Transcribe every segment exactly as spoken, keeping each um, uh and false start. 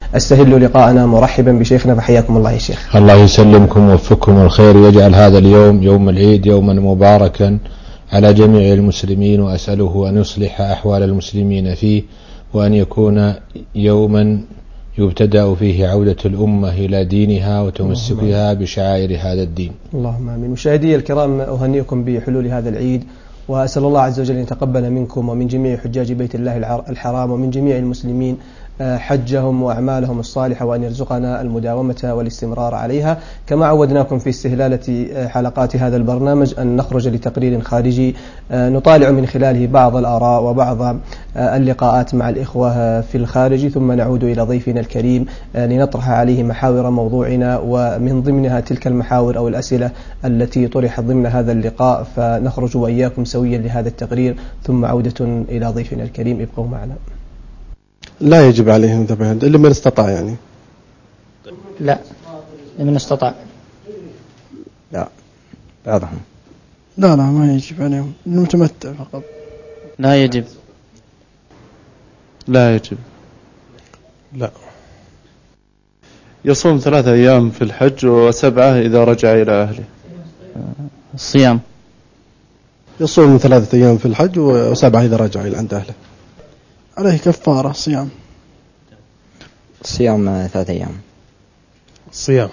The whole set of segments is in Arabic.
أستهل لقاءنا مرحبا بشيخنا، فحياكم الله يا شيخ. الله يسلمكم ووفقكم الخير، ويجعل هذا اليوم يوم العيد يوما مباركا على جميع المسلمين، وأسأله أن يصلح أحوال المسلمين فيه، وأن يكون يوما يبتدأ فيه عودة الأمة إلى دينها وتمسكها بشعائر هذا الدين. اللهم آمين. مشاهدي الكرام، أهنئكم بحلول هذا العيد، وأسأل الله عز وجل أن يتقبل منكم ومن جميع حجاج بيت الله الحرام ومن جميع المسلمين حجهم وأعمالهم الصالحة، وأن يرزقنا المداومة والاستمرار عليها. كما عودناكم في استهلالة حلقات هذا البرنامج أن نخرج لتقرير خارجي نطالع من خلاله بعض الآراء وبعض اللقاءات مع الإخوة في الخارج، ثم نعود إلى ضيفنا الكريم لنطرح عليه محاور موضوعنا، ومن ضمنها تلك المحاور أو الأسئلة التي طرحت ضمن هذا اللقاء، فنخرج وإياكم سويا لهذا التقرير ثم عودة إلى ضيفنا الكريم. ابقوا معنا. لا يجب عليهم ذبح إلا من استطاع، يعني لا من استطاع. لا بعضهم. لا لا ما يجب عليهم، المتمتع فقط. لا يجب. لا يجب. لا. يصوم ثلاثة أيام في الحج وسبعة إذا رجع إلى أهله. الصيام. يصوم ثلاثة أيام في الحج وسبعة إذا رجع إلى عند أهله. عليه كفارة صيام. صيام ثلاثة أيام. صيام.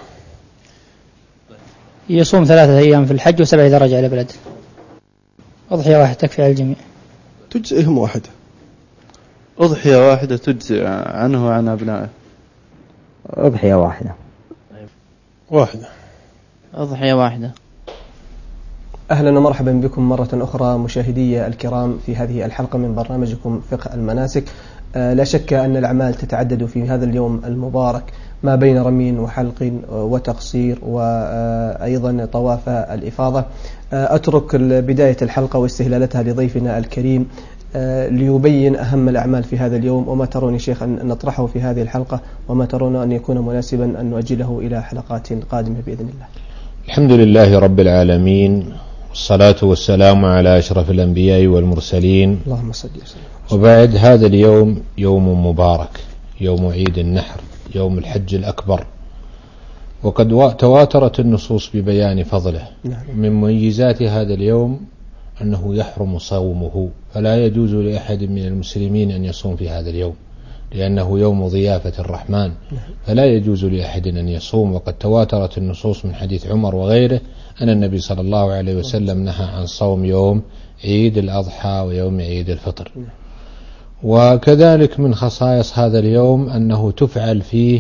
يصوم ثلاثة أيام في الحج وسبعة إذا رجع إلى بلده. أضحية واحدة تكفي على الجميع. تجزئهم واحدة. أضحية واحدة تجزئ عنه وعن أبنائه. أضحية واحدة. واحدة. أضحية واحدة. أهلا ومرحبا بكم مرة أخرى مشاهدي الكرام في هذه الحلقة من برنامجكم فقه المناسك. لا شك أن الأعمال تتعدد في هذا اليوم المبارك، ما بين رمي وحلق وتقصير وأيضا طواف الإفاضة. أترك بداية الحلقة واستهلالتها لضيفنا الكريم ليبين أهم الأعمال في هذا اليوم، وما ترون يا شيخ أن نطرحه في هذه الحلقة، وما ترون أن يكون مناسبا أن نؤجله إلى حلقات قادمة بإذن الله. الحمد لله رب العالمين، والصلاة والسلام على أشرف الأنبياء والمرسلين، اللهم صل وسلم. وبعد، هذا اليوم يوم مبارك، يوم عيد النحر، يوم الحج الأكبر، وقد تواترت النصوص ببيان فضله. من مميزات هذا اليوم أنه يحرم صومه، فلا يجوز لأحد من المسلمين أن يصوم في هذا اليوم، لأنه يوم ضيافة الرحمن، فلا يجوز لأحد أن يصوم. وقد تواترت النصوص من حديث عمر وغيره أن النبي صلى الله عليه وسلم نهى عن صوم يوم عيد الأضحى ويوم عيد الفطر. وكذلك من خصائص هذا اليوم أنه تفعل فيه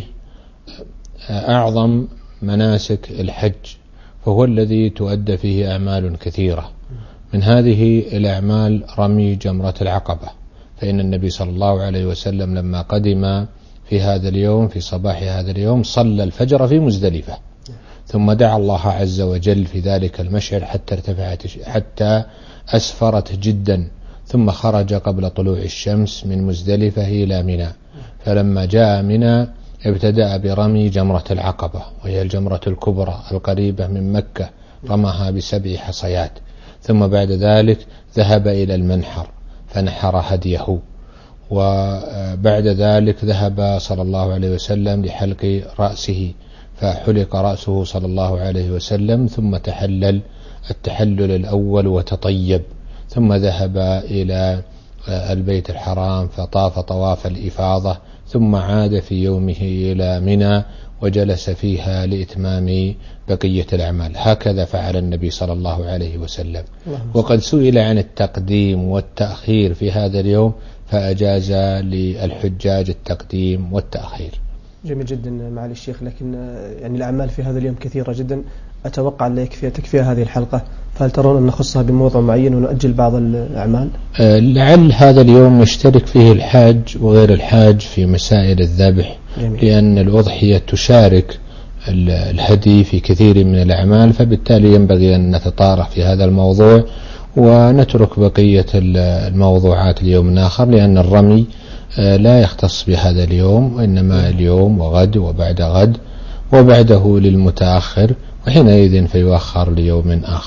أعظم مناسك الحج، فهو الذي تؤدى فيه أعمال كثيرة. من هذه الأعمال رمي جمرة العقبة، فإن النبي صلى الله عليه وسلم لما قدم في هذا اليوم في صباح هذا اليوم صلى الفجر في مزدلفة، ثم دعا الله عز وجل في ذلك المشعر حتى ارتفعت حتى أسفرت جدا، ثم خرج قبل طلوع الشمس من مزدلفة إلى منى. فلما جاء منى ابتدأ برمي جمرة العقبة، وهي الجمرة الكبرى القريبة من مكة، رماها بسبع حصيات. ثم بعد ذلك ذهب إلى المنحر فنحر هديه، وبعد ذلك ذهب صلى الله عليه وسلم لحلق رأسه، فحلق رأسه صلى الله عليه وسلم، ثم تحلل التحلل الأول وتطيب، ثم ذهب إلى البيت الحرام فطاف طواف الإفاضة، ثم عاد في يومه إلى منى وجلس فيها لإتمام بقية الأعمال. هكذا فعل النبي صلى الله عليه وسلم. وقد سئل عن التقديم والتأخير في هذا اليوم، فأجاز للحجاج التقديم والتأخير. جميل جدا معالي الشيخ، لكن يعني الأعمال في هذا اليوم كثيرة جدا، أتوقع أن يكفي تكفي هذه الحلقة، فهل ترون أن نخصها بموضوع معين ونؤجل بعض الأعمال؟ لعل هذا اليوم يشترك فيه الحاج وغير الحاج في مسائل الذبح، لأن الأضحية تشارك الهدي في كثير من الأعمال، فبالتالي ينبغي أن نتطارق في هذا الموضوع ونترك بقية الموضوعات اليوم آخر، لأن الرمي لا يختص بهذا اليوم، وإنما اليوم وغد وبعد غد وبعده للمتأخر، وحينئذ فيؤخر ليوم آخر.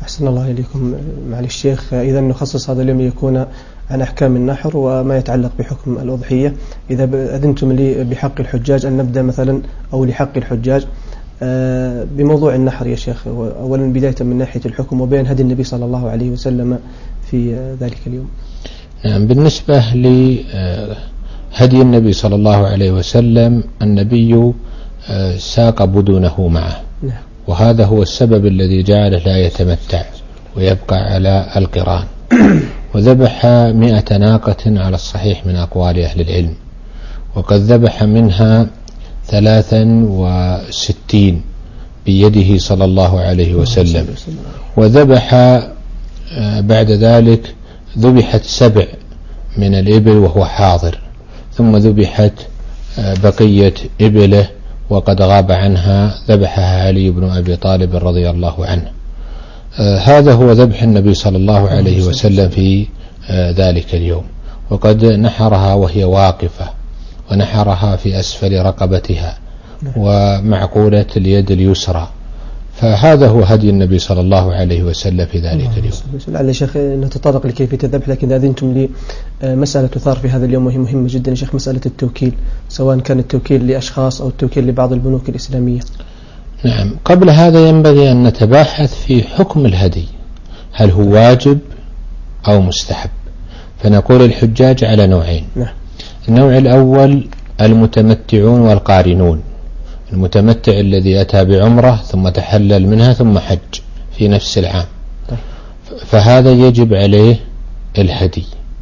أحسن الله إليكم معالي الشيخ. إذا نخصص هذا اليوم يكون عن أحكام النحر وما يتعلق بحكم الأضحية. إذا أذنتم لي بحق الحجاج أن نبدأ مثلا أو لحق الحجاج بموضوع النحر يا شيخ، أولا بداية من ناحية الحكم وبين هدي النبي صلى الله عليه وسلم في ذلك اليوم. نعم، بالنسبة لهدي النبي صلى الله عليه وسلم النبي ساق بدونه معه، وهذا هو السبب الذي جعله لا يتمتع ويبقى على القران، وذبح مئة ناقة على الصحيح من أقوال أهل العلم، وقد ذبح منها ثلاثا وستين بيده صلى الله عليه وسلم، وذبح بعد ذلك ذبحت سبع من الإبل وهو حاضر، ثم ذبحت بقية إبله وقد غاب عنها، ذبحها علي بن أبي طالب رضي الله عنه. آه هذا هو ذبح النبي صلى الله عليه وسلم في آه ذلك اليوم، وقد نحرها وهي واقفة، ونحرها في أسفل رقبتها ومعقولة اليد اليسرى، فهذا هو هدي النبي صلى الله عليه وسلم في ذلك اليوم. لعل يا شيخ نتطرق لكيفية الذبح، لكن إذا أذنتم لي مسألة تثار في هذا اليوم وهي مهمة جدا يا شيخ، مسألة التوكيل، سواء كان التوكيل لأشخاص أو التوكيل لبعض البنوك الإسلامية. نعم، قبل هذا ينبغي أن نتباحث في حكم الهدي، هل هو واجب أو مستحب؟ فنقول الحجاج على نوعين. نعم. النوع الأول المتمتعون والقارنون، المتمتع الذي أتى بعمرة ثم تحلل منها ثم حج في نفس العام، فهذا يجب عليه الهدي.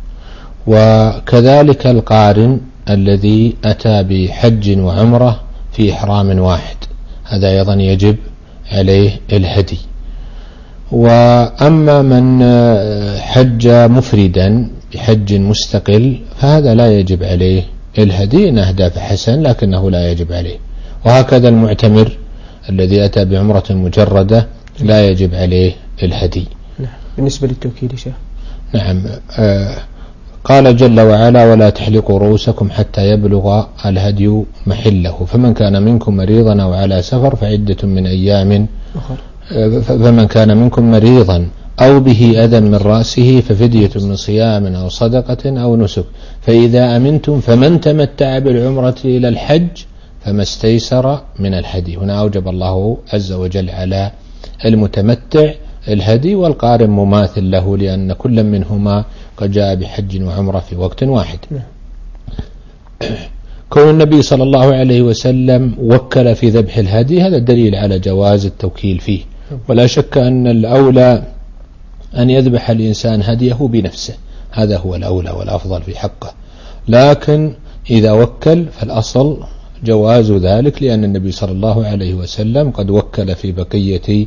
وكذلك القارن الذي أتى بحج وعمرة في إحرام واحد، هذا أيضا يجب عليه الهدي. وأما من حج مفردا بحج مستقل فهذا لا يجب عليه الهدي، إن أهدى فحسن لكنه لا يجب عليه. وهكذا المعتمر الذي أتى بعمرة مجردة لا يجب عليه الهدي. بالنسبة للتوكيل يا شيخ، نعم، آه قال جل وعلا: ولا تحلقوا رؤوسكم حتى يبلغ الهدي محله، فمن كان منكم مريضا أو على سفر فعدة من أيام أخر، آه فمن كان منكم مريضا أو به أذى من رأسه ففدية من صيام أو صدقة أو نسك، فإذا أمنتم فمن تمتع بالعمرة إلى الحج فما استيسر من الهدي. هنا أوجب الله عز وجل على المتمتع الهدي، والقارن مماثل له لأن كل منهما قد جاء بحج وعمرة في وقت واحد. كون النبي صلى الله عليه وسلم وكل في ذبح الهدي هذا دليل على جواز التوكيل فيه، ولا شك أن الأولى أن يذبح الإنسان هديه بنفسه، هذا هو الأولى والأفضل في حقه، لكن إذا وكل فالأصل جواز ذلك، لأن النبي صلى الله عليه وسلم قد وكل في بقية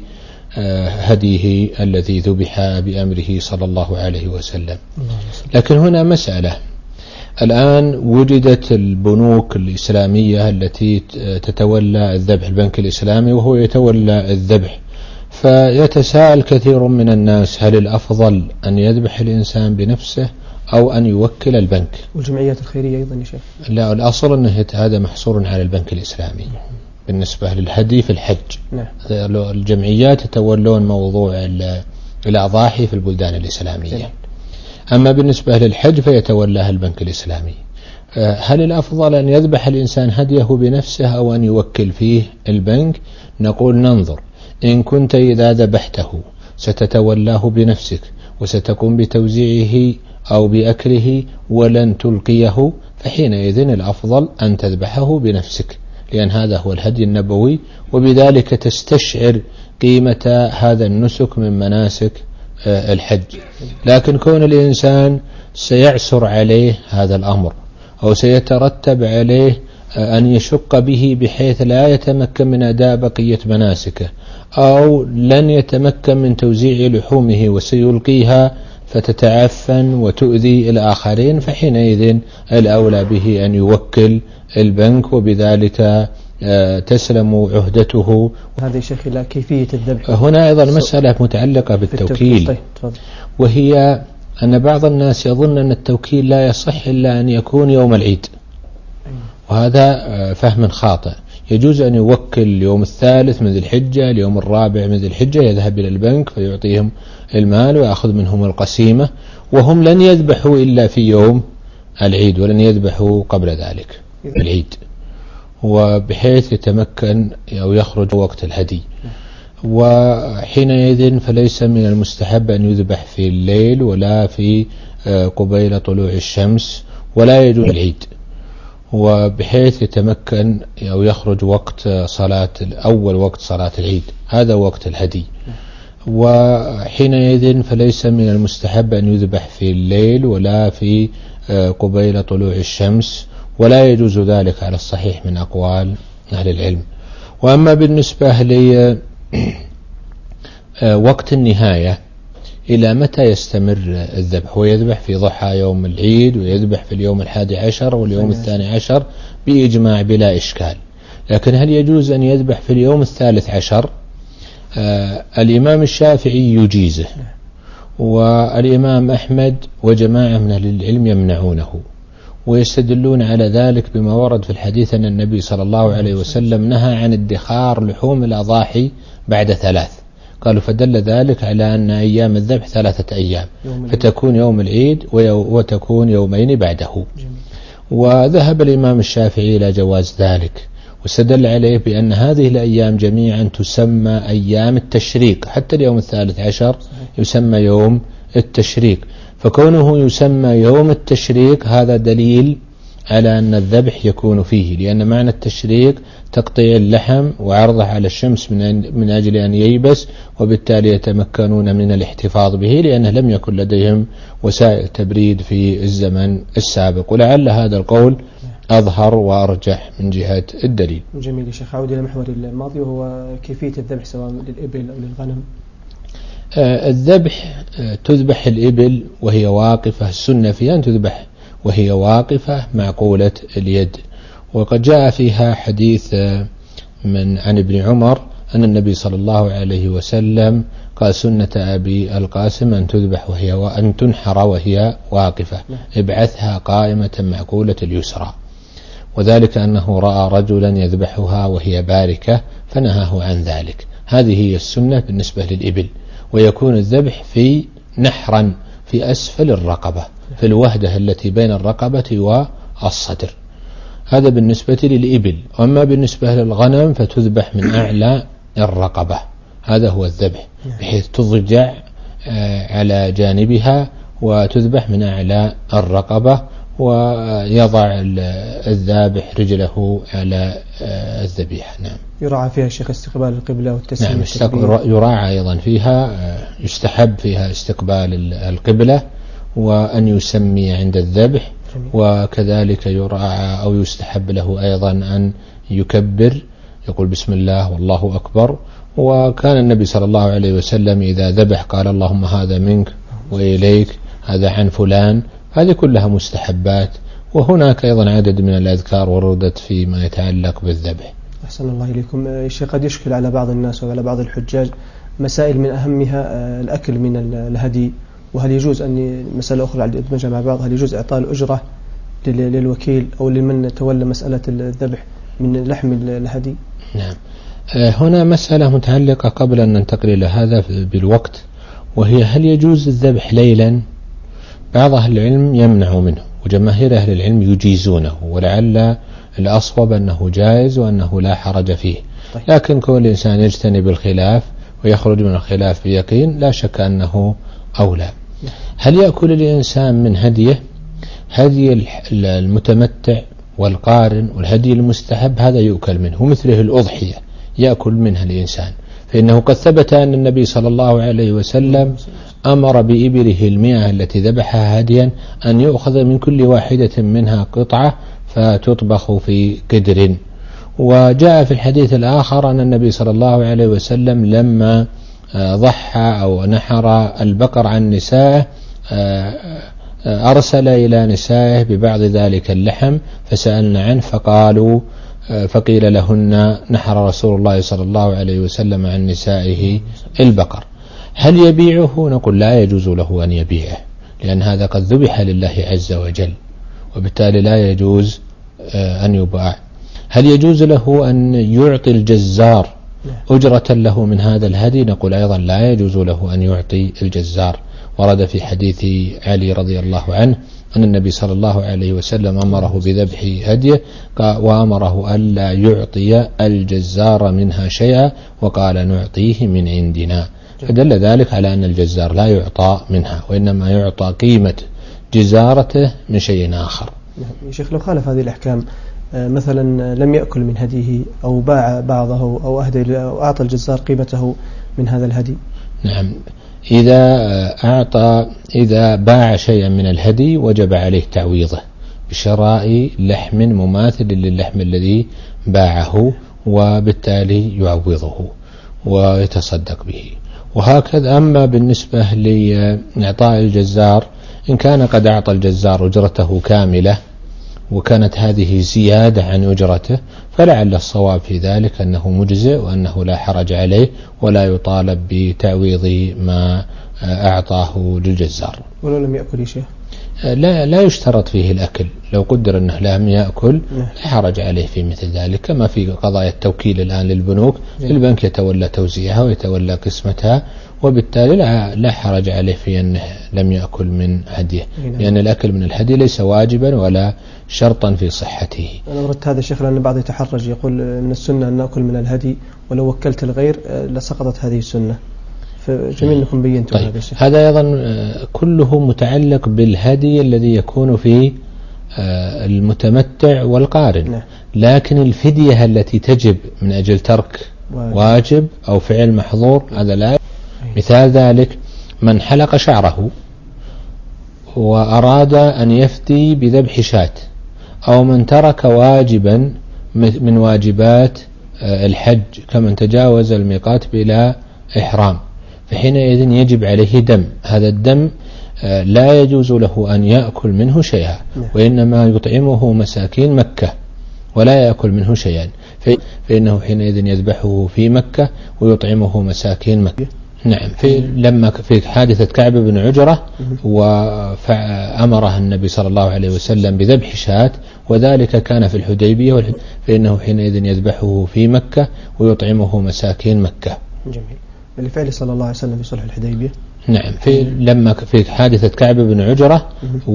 هديه الذي ذبح بأمره صلى الله عليه وسلم. لكن هنا مسألة، الآن وجدت البنوك الإسلامية التي تتولى الذبح، البنك الإسلامي وهو يتولى الذبح، فيتساءل كثير من الناس هل الأفضل أن يذبح الإنسان بنفسه أو أن يوكل البنك؟ والجمعيات الخيرية أيضا يا شيخ؟ لا، الأصل أنه هذا محصور على البنك الإسلامي بالنسبة للهدي في الحج. نعم. الجمعيات يتولون موضوع الأضاحي في البلدان الإسلامية. نعم. أما بالنسبة للحج فيتولاها البنك الإسلامي. هل الأفضل أن يذبح الإنسان هديه بنفسه أو أن يوكل فيه البنك؟ نقول ننظر، إن كنت إذا ذبحته ستتولاه بنفسك وستقوم بتوزيعه أو بأكله ولن تلقيه، فحينئذ الأفضل أن تذبحه بنفسك، لأن هذا هو الهدي النبوي، وبذلك تستشعر قيمة هذا النسك من مناسك الحج. لكن كون الإنسان سيعسر عليه هذا الأمر أو سيترتب عليه أن يشق به بحيث لا يتمكن من أداء بقية مناسكه، أو لن يتمكن من توزيع لحومه وسيلقيها فتتعفن وتؤذي الآخرين، فحينئذ الأولى به أن يوكل البنك، وبذلك تسلم عهدته. هذا شيخ إلى كيفية الذبح. هنا أيضا مسألة متعلقة بالتوكيل، وهي أن بعض الناس يظن أن التوكيل لا يصح إلا أن يكون يوم العيد، وهذا فهم خاطئ. يجوز أن يوكل اليوم الثالث من ذي الحجة اليوم الرابع من ذي الحجة، يذهب إلى البنك فيعطيهم المال ويأخذ منهم القسيمة، وهم لن يذبحوا إلا في يوم العيد ولن يذبحوا قبل ذلك العيد، وبحيث يتمكن أو يخرج وقت الهدي. وحينئذ فليس من المستحب أن يذبح في الليل ولا في قبيل طلوع الشمس ولا يجوز العيد، وبحيث يتمكن أو يخرج وقت صلاة أول وقت صلاة العيد، هذا وقت الهدي. وحينئذ فليس من المستحب أن يذبح في الليل ولا في قبيل طلوع الشمس ولا يجوز ذلك على الصحيح من أقوال أهل العلم. وأما بالنسبة لوقت النهاية إلى متى يستمر الذبح، ويذبح في ضحى يوم العيد ويذبح في اليوم الحادي عشر واليوم الثاني عشر بإجماع بلا إشكال، لكن هل يجوز أن يذبح في اليوم الثالث عشر؟ آه الإمام الشافعي يجيزه، والإمام أحمد وجماعة من أهل العلم يمنعونه، ويستدلون على ذلك بما ورد في الحديث أن النبي صلى الله عليه وسلم نهى عن ادخار لحوم الأضاحي بعد ثلاث، قالوا فدل ذلك على أن أيام الذبح ثلاثة أيام، فتكون يوم العيد وتكون يومين بعده. وذهب الإمام الشافعي إلى جواز ذلك، واستدل عليه بأن هذه الأيام جميعا تسمى أيام التشريق، حتى اليوم الثالث عشر يسمى يوم التشريق، فكونه يسمى يوم التشريق هذا دليل على أن الذبح يكون فيه، لأن معنى التشريق تقطيع اللحم وعرضه على الشمس من أجل أن ييبس، وبالتالي يتمكنون من الاحتفاظ به، لأنه لم يكن لديهم وسائل تبريد في الزمن السابق. ولعل هذا القول أظهر وأرجح من جهة الدليل. جميل يا شيخ. عود إلى محور الماضي وهو كيفية الذبح سواء للإبل أو للغنم. آه الذبح آه تذبح الإبل وهي واقفة، السنة فيها أن تذبح وهي واقفة معقولة اليد، وقد جاء فيها حديث آه من عن ابن عمر أن النبي صلى الله عليه وسلم قال سنة أبي القاسم أن تذبح وهي وأن تنحر وهي واقفة، ابعثها قائمة معقولة اليسرى، وذلك أنه رأى رجلا يذبحها وهي باركة فنهاه عن ذلك. هذه هي السنة بالنسبة للإبل، ويكون الذبح في نحرا في أسفل الرقبة، في الوهدة التي بين الرقبة والصدر، هذا بالنسبة للإبل. وأما بالنسبة للغنم فتذبح من أعلى الرقبة، هذا هو الذبح، بحيث تضجع على جانبها وتذبح من أعلى الرقبة، ويضع الذابح رجله على الذبيحة. نعم. يراعى فيها الشيخ استقبال القبلة والتسليم. نعم استقبال يراعى أيضا فيها، يستحب فيها استقبال القبلة وأن يسمي عند الذبح، وكذلك يراعى أو يستحب له أيضا أن يكبر، يقول بسم الله والله أكبر. وكان النبي صلى الله عليه وسلم إذا ذبح قال اللهم هذا منك وإليك، هذا عن فلان، هذه كلها مستحبات. وهناك أيضا عدد من الأذكار وردت فيما يتعلق بالذبح. أحسن الله إليكم. الشيء قد يشكل على بعض الناس وعلى بعض الحجاج مسائل من أهمها الأكل من الهدي، وهل يجوز أن مسألة أخرى على الإدماج مع بعض، هل يجوز إعطاء الأجرة للوكيل أو لمن تولى مسألة الذبح من لحم الهدي؟ نعم. هنا مسألة متعلقة قبل أن ننتقل إلى هذا بالوقت، وهي هل يجوز الذبح ليلا؟ بعض أهل العلم يمنع منه، وجماهير أهل العلم يجيزونه، ولعل الأصوب أنه جائز وأنه لا حرج فيه. لكن كل الإنسان يجتنب الخلاف ويخرج من الخلاف بيقين، لا شك أنه أولى. هل يأكل الإنسان من هديه؟ هدي المتمتع والقارن والهدي المستحب هذا يؤكل منه، ومثله الأضحية يأكل منها الإنسان، فإنه قد ثبت أن النبي صلى الله عليه وسلم أمر بإبله المئة التي ذبحها هديا أن يؤخذ من كل واحدة منها قطعة فتطبخ في قدر. وجاء في الحديث الآخر أن النبي صلى الله عليه وسلم لما ضحى أو نحر البقر عن نسائه أرسل إلى نسائه ببعض ذلك اللحم فسألنا عنه، فقالوا فقيل لهن نحر رسول الله صلى الله عليه وسلم عن نسائه البقر. هل يبيعه؟ نقول لا يجوز له أن يبيعه، لأن هذا قد ذبح لله عز وجل، وبالتالي لا يجوز أن يباع. هل يجوز له أن يعطي الجزار أجرة له من هذا الهدي؟ نقول أيضا لا يجوز له أن يعطي الجزار. ورد في حديث علي رضي الله عنه أن النبي صلى الله عليه وسلم أمره بذبح هديه وأمره ألا يعطي الجزار منها شيئا وقال نعطيه من عندنا، فدل ذلك على أن الجزار لا يعطى منها وإنما يعطى قيمة جزارته من شيء آخر. يا شيخ لو خالف هذه الأحكام مثلا لم يأكل من هديه أو باع بعضه أو أهدى أو أعطى الجزار قيمته من هذا الهدي. نعم، إذا أعطى إذا باع شيئا من الهدي وجب عليه تعويضه بشراء لحم مماثل للحم الذي باعه وبالتالي يعوضه ويتصدق به. وهكذا أما بالنسبة لإعطاء الجزار، إن كان قد أعطى الجزار أجرته كاملة وكانت هذه زيادة عن أجرته فلعل الصواب في ذلك أنه مجزئ وأنه لا حرج عليه ولا يطالب بتعويض ما أعطاه للجزار. ولو لم يأكل شيء لا لا يشترط فيه الأكل، لو قدر أنه لم يأكل لا حرج عليه في مثل ذلك، كما في قضايا التوكيل الآن للبنوك، البنك يتولى توزيعها ويتولى قسمتها وبالتالي لا حرج عليه في أنه لم يأكل من هديه، لأن الأكل من الهدي ليس واجبا ولا شرطا في صحته. أنا أردت هذا الشيخ لأن بعض يتحرج يقول أن السنة أن نأكل من الهدي ولو وكلت الغير لسقطت هذه السنة، فجميل أنكم بينتم طيب. هذا الشيء. هذا أيضا كله متعلق بالهدي الذي يكون في المتمتع والقارن. نعم. لكن الفدية التي تجب من أجل ترك واجب, واجب أو فعل محظور هذا لا. مثال ذلك من حلق شعره وأراد أن يفدي بذبح شاة، أو من ترك واجبا من واجبات الحج كمن تجاوز الميقات بلا إحرام، فحينئذ يجب عليه دم. هذا الدم لا يجوز له أن يأكل منه شيئا وإنما يطعمه مساكين مكة ولا يأكل منه شيئا، فإنه حينئذ يذبحه في مكة ويطعمه مساكين مكة. نعم، في لما في حادثة كعب بن عجرة وأمره النبي صلى الله عليه وسلم بذبح شاة وذلك كان في الحديبية، فإنه حينئذ يذبحه في مكة ويطعمه مساكين مكة. جميل. لفعل صلى الله عليه وسلم في صلح الحديبية. نعم، في لما في حادثة كعب بن عجرة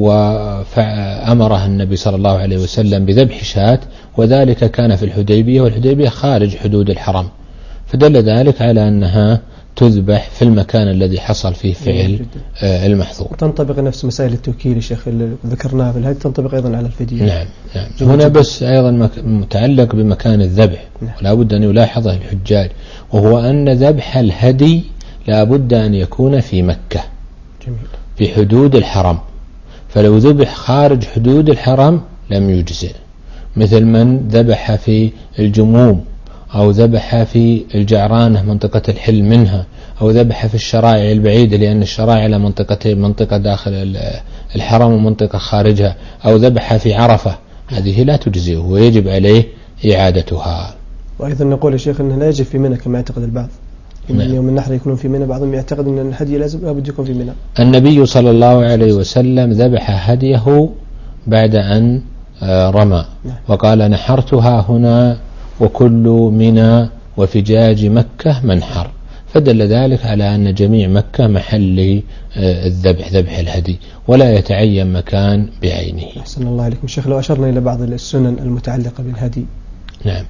وأمره النبي صلى الله عليه وسلم بذبح شاة وذلك كان في الحديبية، والحديبية خارج حدود الحرم، فدل ذلك على أنها تذبح في المكان الذي حصل فيه فعل المحظور. تنطبق نفس مسائل التوكيل يا شيخ اللي ذكرناها في الهدي، تنطبق أيضا على الفدية. نعم نعم. هنا بس أيضا متعلق بمكان الذبح. نعم. ولا بد أن يلاحظه الحجاج، وهو أن ذبح الهدي لا بد أن يكون في مكة. جميل. في حدود الحرم، فلو ذبح خارج حدود الحرم لم يجزئ، مثل من ذبح في الجموم أو ذبح في الجعرانة منطقة الحل منها، أو ذبح في الشرائع البعيدة لأن الشرائع لها منطقتين، منطقة داخل الحرم ومنطقة خارجها، أو ذبح في عرفة، هذه لا تجزئه ويجب عليه إعادتها. وأيضا نقول يا شيخ أنه لا يجب في منى كما يعتقد البعض، إن يوم النحر يكونون في منى، بعضهم يعتقد أن الهدي لازم لابد يكون في منى. النبي صلى الله عليه وسلم ذبح هديه بعد أن رمى وقال نحرتها هنا وكل منى وفجاج مكة منحر، فدل ذلك على أن جميع مكة محل الذبح، ذبح الهدي، ولا يتعين مكان بعينه. أحسن الله عليكم شيخ، لو أشرنا إلى بعض السنن المتعلقة بالهدي. نعم.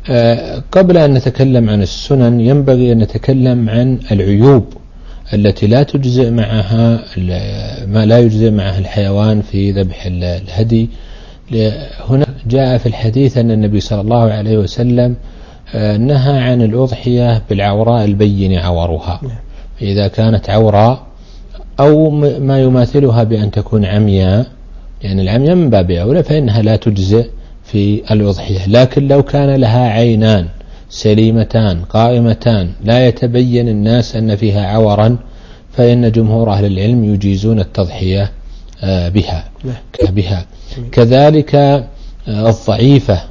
قبل أن نتكلم عن السنن ينبغي أن نتكلم عن العيوب التي لا تجزئ معها ما لا يجزئ معها الحيوان في ذبح الهدي. هنا جاء في الحديث أن النبي صلى الله عليه وسلم نهى عن الأضحية بالعوراء البين عورها، إذا كانت عوراء أو ما يماثلها بأن تكون عمياء، يعني العمياء من باب أولى فإنها لا تجزئ في الأضحية، لكن لو كان لها عينان سليمتان قائمتان لا يتبين الناس أن فيها عورا فإن جمهور أهل العلم يجيزون التضحية بها بها كذلك الضعيفة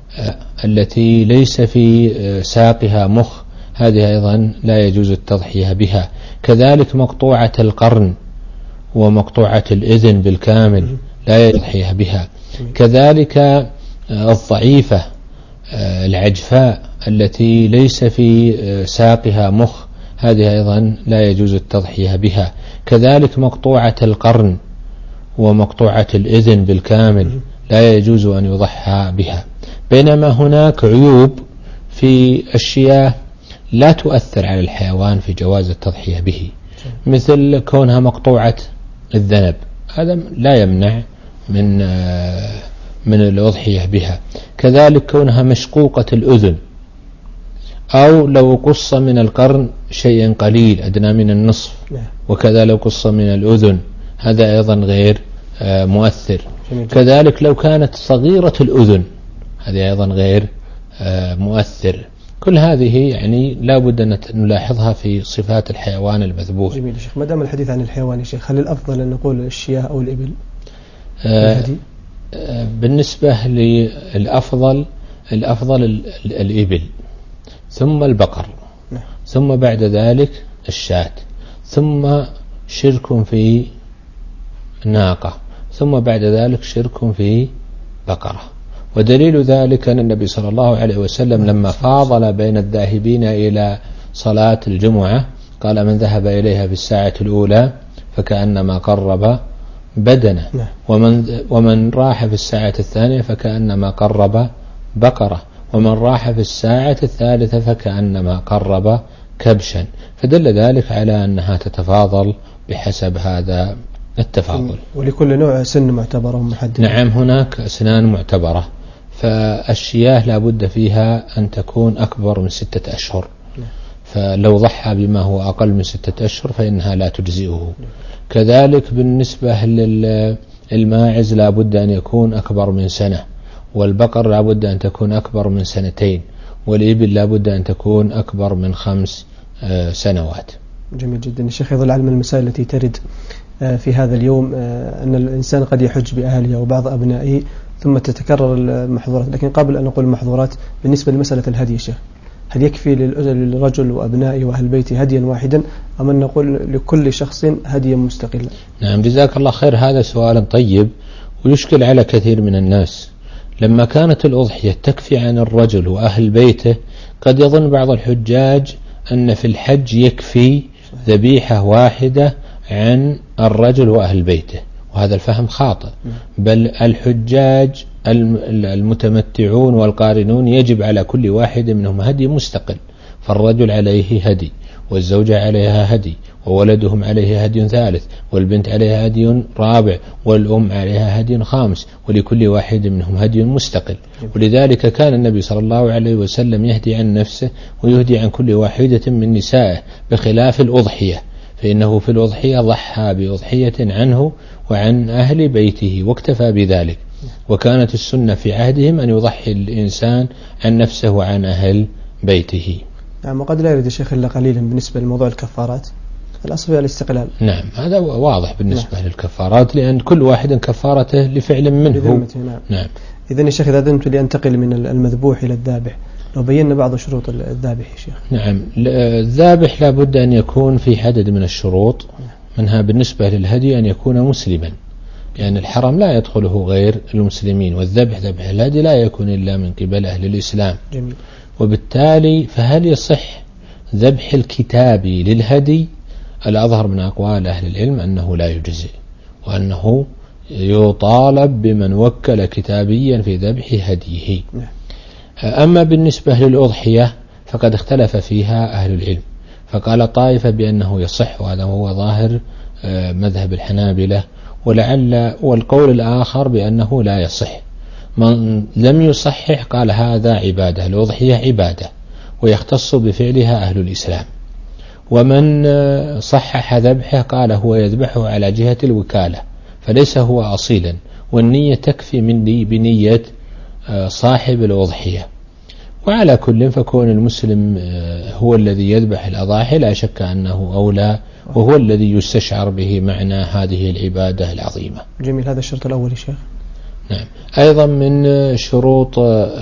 التي ليس في ساقها مخ، هذه أيضا لا يجوز التضحية بها. كذلك مقطوعة القرن ومقطوعة الإذن بالكامل لا يضحيها بها. كذلك الضعيفة العجفاء التي ليس في ساقها مخ، هذه أيضا لا يجوز التضحية بها. كذلك مقطوعة القرن ومقطوعة الإذن بالكامل لا يجوز أن يضحى بها. بينما هناك عيوب في الشياه لا تؤثر على الحيوان في جواز التضحية به، مثل كونها مقطوعة الذنب، هذا لا يمنع من من الأضحية بها. كذلك كونها مشقوقة الأذن، أو لو قص من القرن شيء قليل أدنى من النصف، وكذا لو قص من الأذن، هذا أيضا غير مؤثر. كذلك لو كانت صغيرة الأذن، هذه أيضا غير مؤثر. كل هذه يعني لا بد أن نلاحظها في صفات الحيوان المذبوح. جميل يا شيخ. ما دام الحديث عن الحيوان يا شيخ، هل الأفضل أن نقول الشياه أو الإبل؟ آه بالنسبة للأفضل الأفضل الإبل، ثم البقر، ثم بعد ذلك الشاة، ثم شرك في ناقة، ثم بعد ذلك شرك في بقرة. ودليل ذلك أن النبي صلى الله عليه وسلم لما فاضل بين الذاهبين إلى صلاة الجمعة قال: من ذهب إليها في الساعة الأولى فكأنما قرب بدنه، ومن, ومن راح في الساعة الثانية فكأنما قرب بقرة، ومن راح في الساعة الثالثة فكأنما قرب كبشا. فدل ذلك على أنها تتفاضل بحسب هذا التفاضل. ولكل نوع سن معتبرة ومحددة. نعم، هناك أسنان معتبرة، فالشياه لا بد فيها أن تكون أكبر من ستة أشهر، فلو ضحى بما هو أقل من ستة أشهر فإنها لا تجزئه. كذلك بالنسبة للماعز لا بد أن يكون أكبر من سنة، والبقر لا بد أن تكون أكبر من سنتين، والإبل لا بد أن تكون أكبر من خمس سنوات. جميل جدا يا شيخ. يظل علم المسائل التي ترد في هذا اليوم أن الإنسان قد يحج بأهله وبعض أبنائه ثم تتكرر المحظورات، لكن قبل أن نقول المحظورات بالنسبة لمسألة الهدي يا شيخ، هل يكفي للرجل وأبنائه وأهل بيته هديا واحدا، أم أن نقول لكل شخص هديا مستقلا؟ نعم، جزاك الله خير. هذا سؤال طيب ويشكل على كثير من الناس. لما كانت الأضحية تكفي عن الرجل وأهل بيته، قد يظن بعض الحجاج أن في الحج يكفي ذبيحة واحدة عن الرجل وأهل بيته، وهذا الفهم خاطئ. بل الحجاج المتمتعون والقارنون يجب على كل واحد منهم هدي مستقل، فالرجل عليه هدي، والزوجة عليها هدي، وولدهم عليه هدي ثالث، والبنت عليها هدي رابع، والأم عليها هدي خامس، ولكل واحد منهم هدي مستقل. ولذلك كان النبي صلى الله عليه وسلم يهدي عن نفسه ويهدي عن كل واحدة من نسائه، بخلاف الأضحية، فإنه في الأضحية ضحى بأضحية عنه وعن أهل بيته واكتفى بذلك. وكانت السنة في عهدهم أن يضحي الإنسان عن نفسه وعن أهل بيته. نعم. وقد لا يريد الشيخ إلا قليلا بالنسبة لموضوع الكفارات، الأصل هي الاستقلال. نعم، هذا واضح بالنسبة نعم. للكفارات، لأن كل واحد كفارته لفعل منه. نعم. نعم. إذن يا شيخ إذا أذنت لأنتقل من المذبوح إلى الذابح، لو بينا بعض شروط الذابح يا شيخ. نعم، الذابح لا بد أن يكون في عدد من الشروط، منها بالنسبة للهدي أن يكون مسلما، لأن يعني الحرم لا يدخله غير المسلمين، والذبح ذبح الهدي لا يكون إلا من قبل أهل الإسلام. جميل. وبالتالي فهل يصح ذبح الكتابي للهدي؟ الأظهر من أقوال أهل العلم أنه لا يجزئ، وأنه يطالب بمن وكل كتابيا في ذبح هديه. أما بالنسبة للأضحية فقد اختلف فيها أهل العلم، فقال طائفة بأنه يصح، وهذا هو ظاهر مذهب الحنابلة، ولعل والقول الآخر بأنه لا يصح. من لم يصحح قال هذا عبادة، الأضحية عبادة ويختص بفعلها أهل الإسلام. ومن صحح ذبحه قال هو يذبحه على جهة الوكالة، فليس هو أصيلا، والنية تكفي مني بنية صاحب الأضحية. وعلى كل فكون المسلم هو الذي يذبح الأضاحي لا شك أنه أولى، وهو الذي يستشعر به معنى هذه العبادة العظيمة. جميل. هذا الشرط الأول يا شيخ. نعم. أيضا من شروط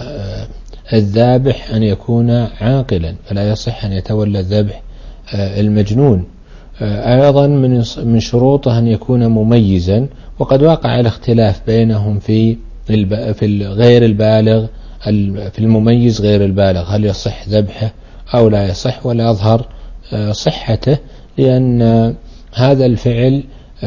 الذابح أن يكون عاقلا، فلا يصح أن يتولى الذبح المجنون. أيضا من من شروطه أن يكون مميزا، وقد وقع الاختلاف بينهم في في غير البالغ في المميز غير البالغ هل يصح ذبحه أو لا يصح، ولا يظهر صحته، لأن هذا الفعل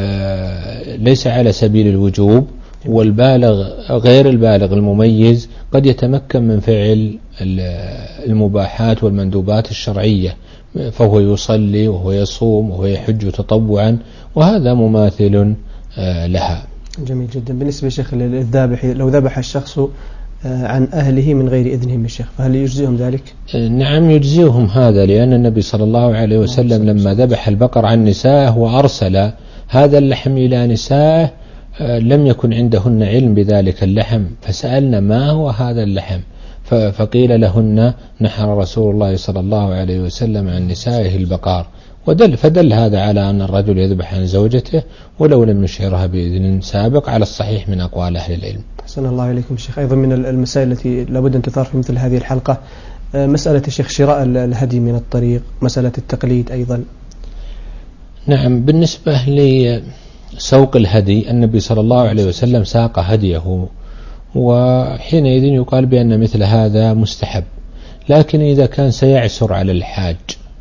ليس على سبيل الوجوب، والبالغ غير البالغ المميز قد يتمكن من فعل المباحات والمندوبات الشرعية، فهو يصلي وهو يصوم وهو يحج تطوعا، وهذا مماثل لها. جميل جدا. بالنسبة يا شيخ للذابح، لو ذبح الشخص عن أهله من غير إذنهم يا شيخ، فهل يجزئهم ذلك؟ نعم يجزئهم هذا، لأن النبي صلى الله عليه وسلم لما ذبح البقر عن نسائه وأرسل هذا اللحم إلى نسائه لم يكن عندهن علم بذلك اللحم، فسألنا ما هو هذا اللحم، فقيل لهن نحر رسول الله صلى الله عليه وسلم عن نسائه البقار، ودل فدل هذا على أن الرجل يذبح عن زوجته ولو لم يشعرها بإذن سابق على الصحيح من أقوال أهل العلم. أحسن الله إليكم شيخ. أيضا من المسائل التي لابد أن تثار في مثل هذه الحلقة مسألة الشيخ شراء الهدي من الطريق، مسألة التقليد أيضا. نعم، بالنسبة لسوق الهدي النبي صلى الله عليه وسلم ساق هديه، وحينئذ يقال بأن مثل هذا مستحب، لكن إذا كان سيعسر على الحاج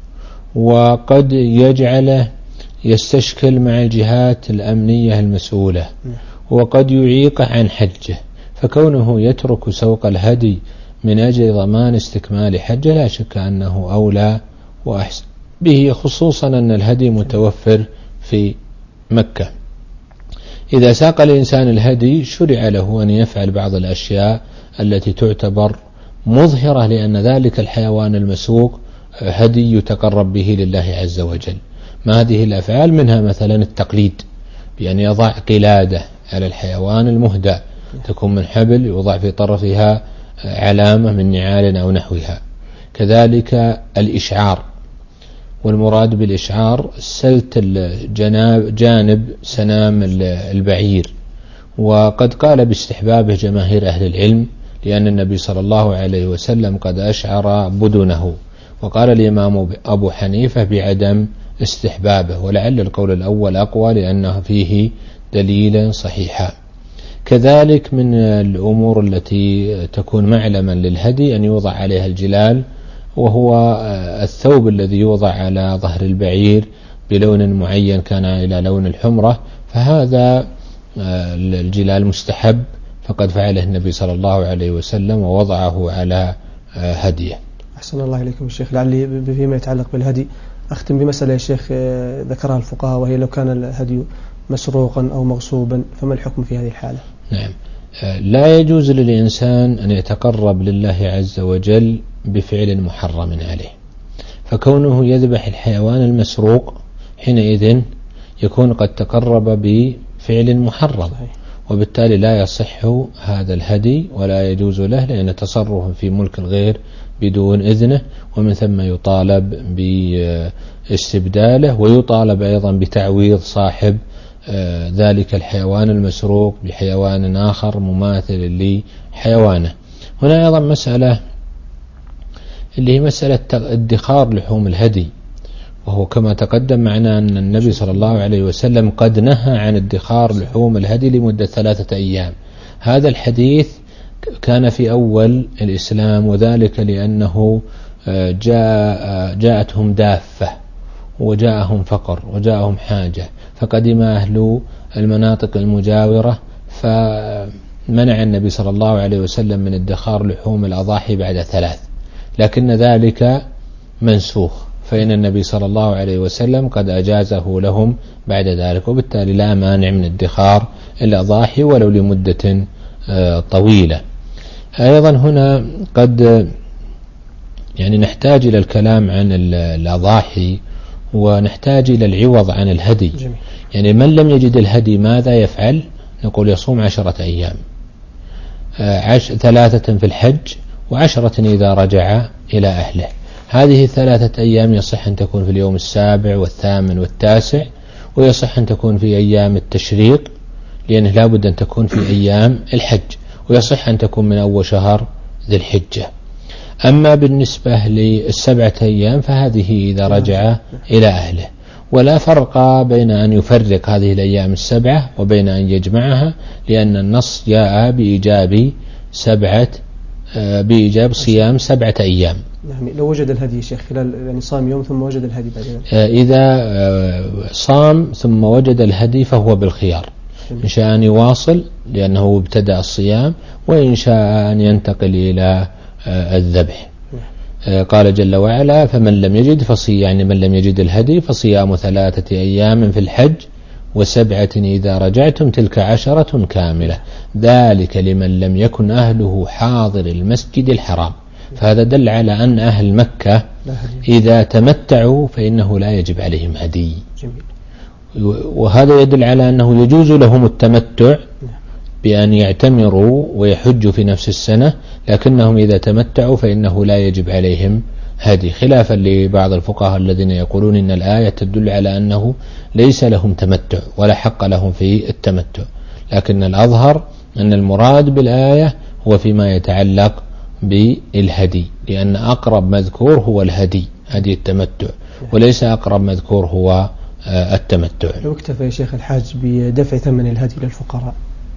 وقد يجعله يستشكل مع الجهات الأمنية المسؤولة وقد يعيق عن حجه، فكونه يترك سوق الهدي من أجل ضمان استكمال حجه لا شك أنه أولى وأحسن به، خصوصا أن الهدي متوفر في مكة. إذا ساق الإنسان الهدي شرع له أن يفعل بعض الأشياء التي تعتبر مظهرة لأن ذلك الحيوان المسوق هدي يتقرب به لله عز وجل. ما هذه الأفعال؟ منها مثلا التقليد، بأن يضع قلادة على الحيوان المهدى تكون من حبل يوضع في طرفها علامة من نعال أو نحوها. كذلك الإشعار، والمراد بالإشعار سلت الجناب جانب سنام البعير، وقد قال باستحبابه جماهير أهل العلم، لأن النبي صلى الله عليه وسلم قد أشعر بدنه، وقال الإمام أبو حنيفة بعدم استحبابه، ولعل القول الأول أقوى لأنه فيه دليلا صحيحا. كذلك من الأمور التي تكون معلما للهدي أن يوضع عليها الجلال، وهو الثوب الذي يوضع على ظهر البعير بلون معين كان إلى لون الحمرة، فهذا الجلال مستحب، فقد فعله النبي صلى الله عليه وسلم ووضعه على هديه. أحسن الله إليكم الشيخ. لعلي فيما يتعلق بالهدي أختم بمسألة يا شيخ ذكرها الفقهاء، وهي لو كان الهدي مسروقا أو مغصوبا فما الحكم في هذه الحالة؟ نعم، لا يجوز للإنسان أن يتقرب لله عز وجل بفعل محرم عليه، فكونه يذبح الحيوان المسروق حينئذ يكون قد تقرب بفعل محرم، وبالتالي لا يصح هذا الهدي ولا يجوز له، لأن تصرف في ملك الغير بدون إذنه، ومن ثم يطالب باستبداله، ويطالب أيضا بتعويض صاحب ذلك الحيوان المسروق بحيوان آخر مماثل لحيوانه. هنا أيضا مسألة اللي هي مسألة ادخار لحوم الهدي، وهو كما تقدم معنا أن النبي صلى الله عليه وسلم قد نهى عن ادخار لحوم الهدي لمدة ثلاثة أيام. هذا الحديث كان في أول الإسلام، وذلك لأنه جاء جاءتهم دافة وجاءهم فقر وجاءهم حاجة، فقدم أهل المناطق المجاورة، فمنع النبي صلى الله عليه وسلم من ادخار لحوم الأضاحي بعد ثلاث، لكن ذلك منسوخ، فإن النبي صلى الله عليه وسلم قد أجازه لهم بعد ذلك، وبالتالي لا مانع من ادخار الأضاحي ولو لمدة طويلة. أيضا هنا قد يعني نحتاج إلى الكلام عن الأضاحي، ونحتاج إلى العوض عن الهدي. جميل. يعني من لم يجد الهدي ماذا يفعل؟ نقول يصوم عشرة أيام، عش ثلاثة في الحج وعشرة إذا رجع إلى أهله. هذه الثلاثة أيام يصح أن تكون في اليوم السابع والثامن والتاسع، ويصح أن تكون في أيام التشريق لأنه لا بد أن تكون في أيام الحج، ويصح أن تكون من أول شهر ذي الحجة. أما بالنسبة للسبعة أيام فهذه إذا رجع إلى أهله، ولا فرق بين أن يفرق هذه الأيام السبعة وبين أن يجمعها، لأن النص جاء بإيجاب سبعة بإيجاب صيام سبعة أيام. نعم. لو وجد الهدي شيخ خلال يعني صام يوم ثم وجد الهدي بعد ذلك، إذا صام ثم وجد الهدي فهو بالخيار، إن شاء أن يواصل لأنه ابتدأ الصيام، وإن شاء أن ينتقل إلى الذبح. قال جل وعلا: فمن لم يجد فصيام، يعني من لم يجد الهدي فصيام ثلاثة أيام في الحج وسبعة إذا رجعتم تلك عشرة كاملة، ذلك لمن لم يكن أهله حاضر المسجد الحرام. فهذا دل على أن أهل مكة إذا تمتعوا فإنه لا يجب عليهم هدي. وهذا يدل على أنه يجوز لهم التمتع بأن يعتمروا ويحجوا في نفس السنة، لكنهم إذا تمتعوا فإنه لا يجب عليهم هدي، خلافا لبعض الفقهاء الذين يقولون إن الآية تدل على أنه ليس لهم تمتع ولا حق لهم في التمتع. لكن الأظهر أن المراد بالآية هو فيما يتعلق بالهدي، لأن أقرب مذكور هو الهدي، هدي التمتع، وليس أقرب مذكور هو التمتع. لو اكتفى يا شيخ الحاج بدفع ثمن الهدي للفقراء؟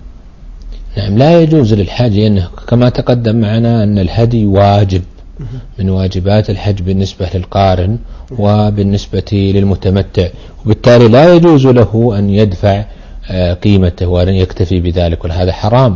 نعم، لا يجوز للحاج، لأنه كما تقدم معنا أن الهدي واجب من واجبات الحج بالنسبة للقارن وبالنسبة للمتمتع، وبالتالي لا يجوز له أن يدفع قيمته وأن يكتفي بذلك، وهذا حرام،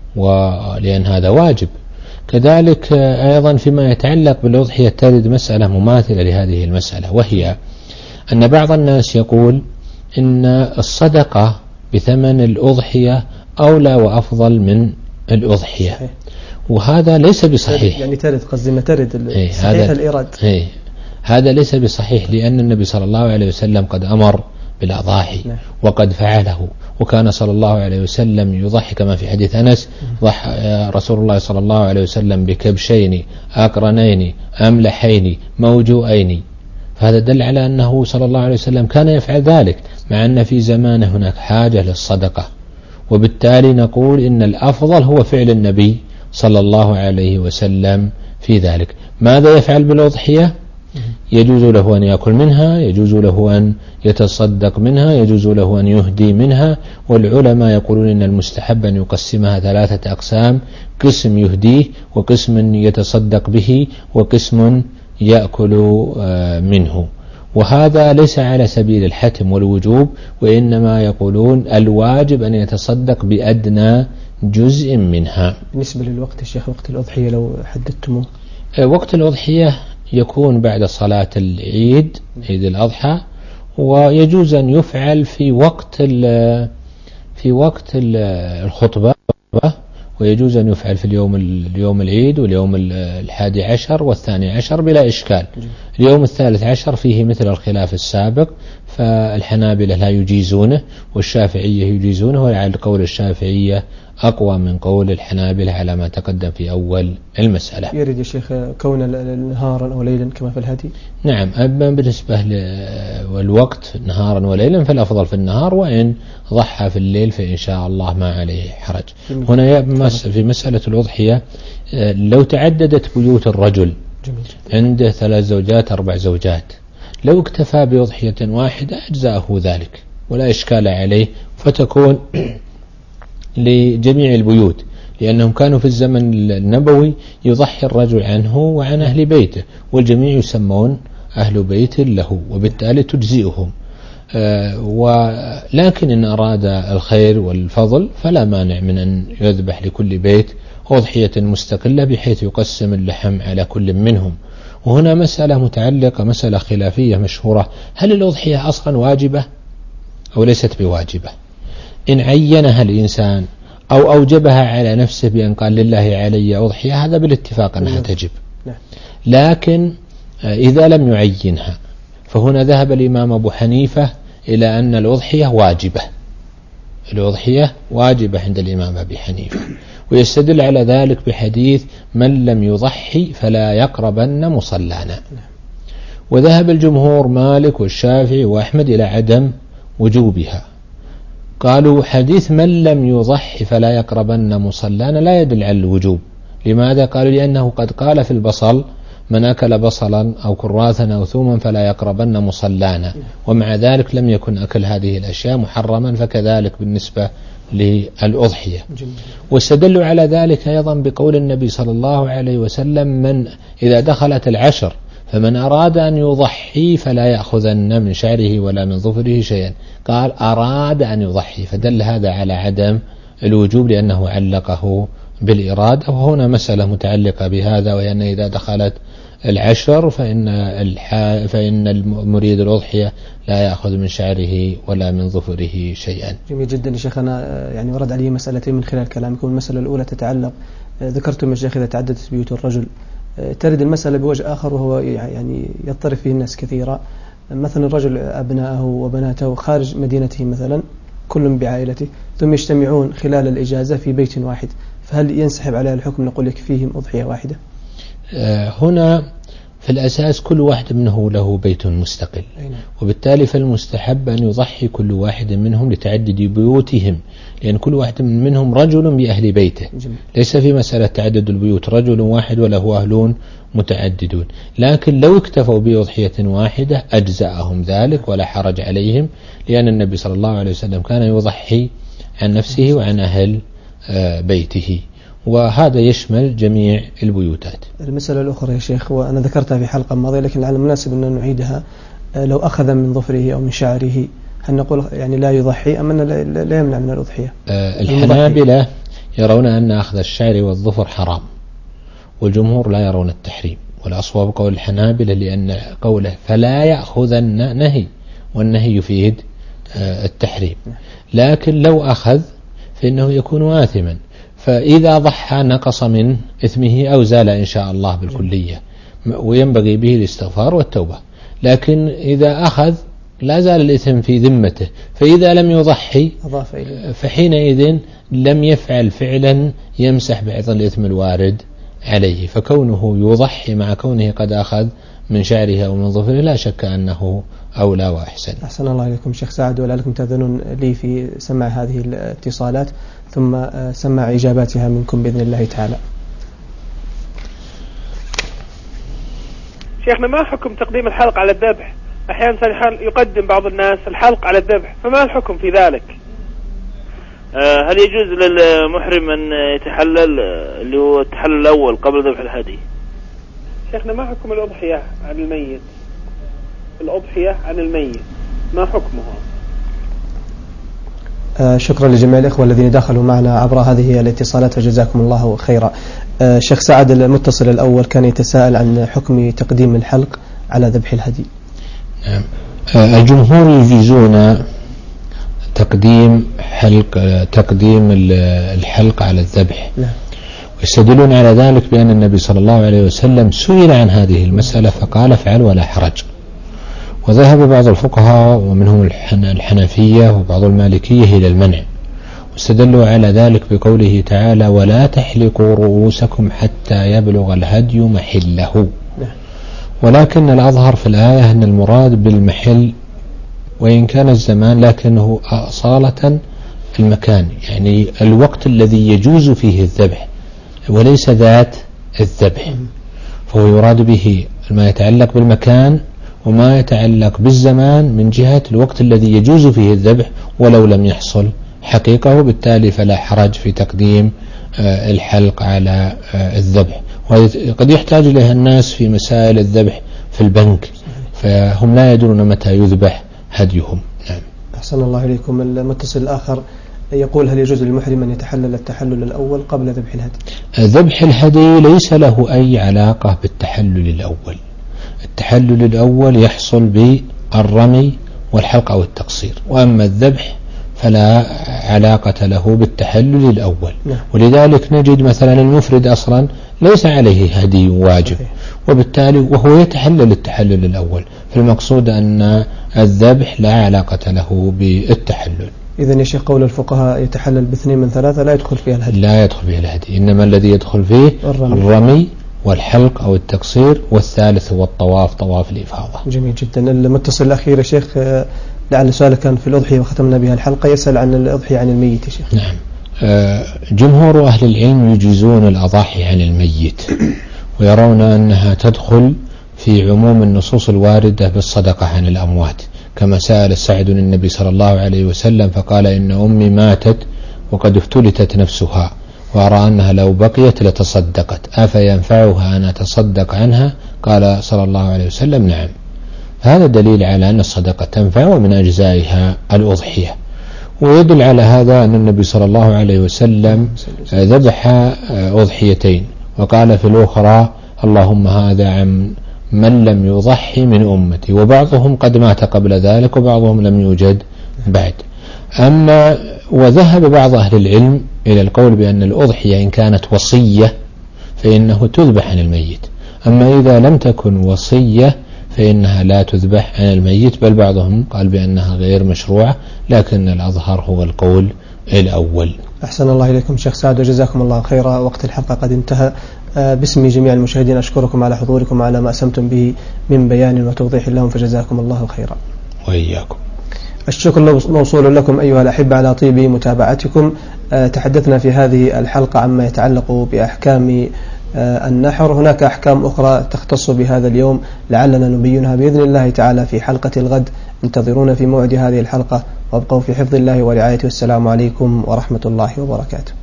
ولأن هذا واجب. كذلك أيضا فيما يتعلق بالأضحية ترد مسألة مماثلة لهذه المسألة، وهي أن بعض الناس يقول إن الصدقة بثمن الأضحية أولى وأفضل من الأضحية، وهذا ليس بصحيح. يعني ترد قصدنا ترد إيه صحيح الإراد. إيه هذا ليس بصحيح، لأن النبي صلى الله عليه وسلم قد أمر بالأضاحي نعم. وقد فعله، وكان صلى الله عليه وسلم يضحي كما في حديث أنس: ضحى رسول الله صلى الله عليه وسلم بكبشين أقرنين أملحين موجوئين. فهذا دل على أنه صلى الله عليه وسلم كان يفعل ذلك، مع أن في زمانه هناك حاجة للصدقة، وبالتالي نقول إن الأفضل هو فعل النبي صلى الله عليه وسلم في ذلك. ماذا يفعل بالأضحية؟ يجوز له أن يأكل منها، يجوز له أن يتصدق منها، يجوز له أن يهدي منها، والعلماء يقولون إن المستحب أن يقسمها ثلاثة أقسام: قسم يهديه، وقسم يتصدق به، وقسم يأكل منه. وهذا ليس على سبيل الحتم والوجوب، وإنما يقولون الواجب أن يتصدق بأدنى جزء منها. بالنسبة للوقت الشيخ، وقت الأضحية لو حددتموه؟ وقت الأضحية يكون بعد صلاة العيد، عيد الأضحى، ويجوز أن يفعل في وقت في وقت الخطبة، ويجوز أن يفعل في اليوم اليوم العيد واليوم الحادي عشر والثاني عشر بلا إشكال. اليوم الثالث عشر فيه مثل الخلاف السابق، فالحنابلة لا يجيزونه والشافعية يجيزونه، ولعل قول الشافعية أقوى من قول الحنابلة على ما تقدم في أول المسألة. يريد يا شيخ كون نهارا أو ليلا كما في الهدي؟ نعم، أما بالنسبة للوقت نهارا وليلا فالأفضل في النهار، وإن ضحى في الليل فإن شاء الله ما عليه حرج. هنا في مسألة الأضحية، لو تعددت بيوت الرجل عنده ثلاث زوجات أربع زوجات، لو اكتفى بأضحية واحدة أجزاءه ذلك ولا إشكال عليه، فتكون لجميع البيوت، لأنهم كانوا في الزمن النبوي يضحي الرجل عنه وعن أهل بيته، والجميع يسمون أهل بيت له، وبالتالي تجزئهم. آه ولكن إن أراد الخير والفضل فلا مانع من أن يذبح لكل بيت أضحية مستقلة بحيث يقسم اللحم على كل منهم. وهنا مسألة متعلقة، مسألة خلافية مشهورة: هل الأضحية أصلا واجبة أو ليست بواجبة؟ إن عينها الإنسان أو أوجبها على نفسه بأن قال لله علي أضحية، هذا بالاتفاق أنها تجب. لكن إذا لم يعينها فهنا ذهب الإمام أبو حنيفة إلى أن الأضحية واجبة، الأضحية واجبة عند الإمام أبي حنيفة، ويستدل على ذلك بحديث: من لم يضحي فلا يقربن مصلانا. وذهب الجمهور مالك والشافعي وأحمد إلى عدم وجوبها. قالوا حديث من لم يضحي فلا يقربن مصلانا لا يدل على الوجوب. لماذا؟ قالوا لأنه قد قال في البصل: من أكل بصلا أو كراثا أو ثوما فلا يقربن مصلانا، ومع ذلك لم يكن أكل هذه الأشياء محرما، فكذلك بالنسبة للأضحية. واستدلوا على ذلك أيضا بقول النبي صلى الله عليه وسلم: من إذا دخلت العشر فمن أراد أن يضحي فلا يأخذن من شعره ولا من ظفره شيئا. قال أراد أن يضحي، فدل هذا على عدم الوجوب لأنه علقه بالإرادة. وهنا مسألة متعلقة بهذا، وأن إذا دخلت العشر فإن فإن المريد الأضحية لا يأخذ من شعره ولا من ظفره شيئا. جميل جدا يا شيخنا. يعني ورد عليه مسألتين من خلال كلامكم. المسألة الأولى تتعلق، ذكرتم يا شيخ إذا تعددت بيوت الرجل، ترد المسألة بوجه آخر وهو يعني يضطرب فيه الناس كثيرا. مثلا الرجل أبناءه وبناته خارج مدينته مثلا كل بعائلته، ثم يجتمعون خلال الإجازة في بيت واحد، فهل ينسحب على الحكم نقول يكفيهم أضحية واحدة؟ هنا في الأساس كل واحد منه له بيت مستقل، وبالتالي فالمستحب أن يضحي كل واحد منهم لتعدد بيوتهم، لأن كل واحد منهم رجل بأهل بيته. جميل. ليس في مسألة تعدد البيوت، رجل واحد وله أهلون متعددون. لكن لو اكتفوا بأضحية واحدة أجزأهم ذلك ولا حرج عليهم، لأن النبي صلى الله عليه وسلم كان يضحي عن نفسه وعن أهل بيته، وهذا يشمل جميع البيوتات. المسألة الأخرى يا شيخ، وأنا ذكرتها في حلقة ماضية لكن على المناسب أن نعيدها، لو أخذ من ظفره أو من شعره هل نقول يعني لا يضحي أم أنه لا يمنع من الأضحية؟ أه الحنابلة يرون أن أخذ الشعر والظفر حرام، والجمهور لا يرون التحريم، والأصواب قول الحنابلة لأن قوله فلا يأخذن نهي، والنهي يفيد أه التحريم. لكن لو أخذ فإنه يكون آثما، فإذا ضحى نقص من إثمه أو زال إن شاء الله بالكلية، وينبغي به الاستغفار والتوبة. لكن إذا أخذ لا زال الإثم في ذمته، فإذا لم يضحي فحينئذ لم يفعل فعلا يمسح بعض الإثم الوارد عليه، فكونه يضحي مع كونه قد أخذ من شعره أو من ظفره لا شك أنه أولى وأحسن. أحسن الله إليكم شيخ سعد، ولعلكم تأذنون لي في سماع هذه الاتصالات ثم سماع إجاباتها منكم بإذن الله تعالى. شيخنا، ما حكم تقديم الحلق على الذبح؟ أحيانا يقدم بعض الناس الحلق على الذبح، فما الحكم في ذلك؟ هل يجوز للمحرم أن يتحلل اللي هو التحلل الأول قبل ذبح الهدي؟ شيخنا، ما حكم الأضحية عن الميت؟ الأضحية عن الميت ما حكمها؟ آه شكرا لجميع الإخوة الذين دخلوا معنا عبر هذه الاتصالات وجزاكم الله خيرا. آه شيخ سعد، المتصل الأول كان يتساءل عن حكم تقديم الحلق على ذبح الهدي. نعم. آه الجمهور يجيزون تقديم حلق تقديم الحلق على الذبح. نعم. ويستدلون على ذلك بأن النبي صلى الله عليه وسلم سئل عن هذه المسألة فقال افعل ولا حرج. وذهب بعض الفقهاء ومنهم الحنفية وبعض المالكية إلى المنع، واستدلوا على ذلك بقوله تعالى ولا تحلقوا رؤوسكم حتى يبلغ الهدي محله. ولكن الأظهر في الآية أن المراد بالمحل وإن كان الزمان لكنه أصالة المكان، يعني الوقت الذي يجوز فيه الذبح وليس ذات الذبح، فهو يراد به ما يتعلق بالمكان وما يتعلق بالزمان من جهة الوقت الذي يجوز فيه الذبح ولو لم يحصل حقيقة، وبالتالي فلا حرج في تقديم الحلق على الذبح. وقد يحتاج إليها الناس في مسائل الذبح في البنك، فهم لا يدرون متى يذبح هديهم. نعم. أحسن الله إليكم. المتصل الآخر يقول هل يجوز للمحرم أن يتحلل التحلل الأول قبل ذبح الهدي؟ ذبح الهدي ليس له أي علاقة بالتحلل الأول. التحلل الأول يحصل بالرمي والحلق أو التقصير، وأما الذبح فلا علاقة له بالتحلل الأول. نعم. ولذلك نجد مثلا المفرد أصلا ليس عليه هدي واجب، وبالتالي وهو يتحلل التحلل الأول، فالمقصود أن الذبح لا علاقة له بالتحلل. إذن يا شيخ قول الفقهاء يتحلل باثنين من ثلاثة لا يدخل فيها الهدي؟ لا يدخل فيها الهدي، إنما الذي يدخل فيه الرمي, الرمي والحلق أو التقصير، والثالث هو الطواف، طواف الإفاضة. جميل جدا. المتصل الأخير يا شيخ لعل سؤال كان في الأضحية وختمنا بها الحلقة، يسأل عن الأضحية عن الميت يا شيخ. نعم. جمهور أهل العلم يجيزون الأضاحي عن الميت، ويرون أنها تدخل في عموم النصوص الواردة بالصدقة عن الأموات، كما سأل سعد النبي صلى الله عليه وسلم فقال إن أمي ماتت وقد افتلتت نفسها وأرى أنها لو بقيت لتصدقت، أفينفعها أن أتصدق عنها؟ قال صلى الله عليه وسلم نعم. هذا دليل على أن الصدقة تنفع ومن أجزائها الأضحية. ويدل على هذا أن النبي صلى الله عليه وسلم ذبح أضحيتين وقال في الأخرى اللهم هذا عن من لم يضحي من أمتي، وبعضهم قد مات قبل ذلك وبعضهم لم يوجد بعد. أما وذهب بعض أهل العلم إلى القول بأن الأضحية إن كانت وصية فإنه تذبح عن الميت، أما إذا لم تكن وصية فإنها لا تذبح عن الميت، بل بعضهم قال بأنها غير مشروعة، لكن الأظهر هو القول الأول. أحسن الله إليكم شيخ سعد وجزاكم الله خيرا. وقت الحلقة قد انتهى. باسم جميع المشاهدين أشكركم على حضوركم وعلى ما أسمتم به من بيان وتوضيح لهم، فجزاكم الله خيرا. وإياكم. الشكر موصول لكم أيها الأحبة على طيب متابعتكم. تحدثنا في هذه الحلقة عما يتعلق بأحكام النحر. هناك أحكام أخرى تختص بهذا اليوم لعلنا نبينها بإذن الله تعالى في حلقة الغد. انتظرونا في موعد هذه الحلقة، وابقوا في حفظ الله ورعايته. والسلام عليكم ورحمة الله وبركاته.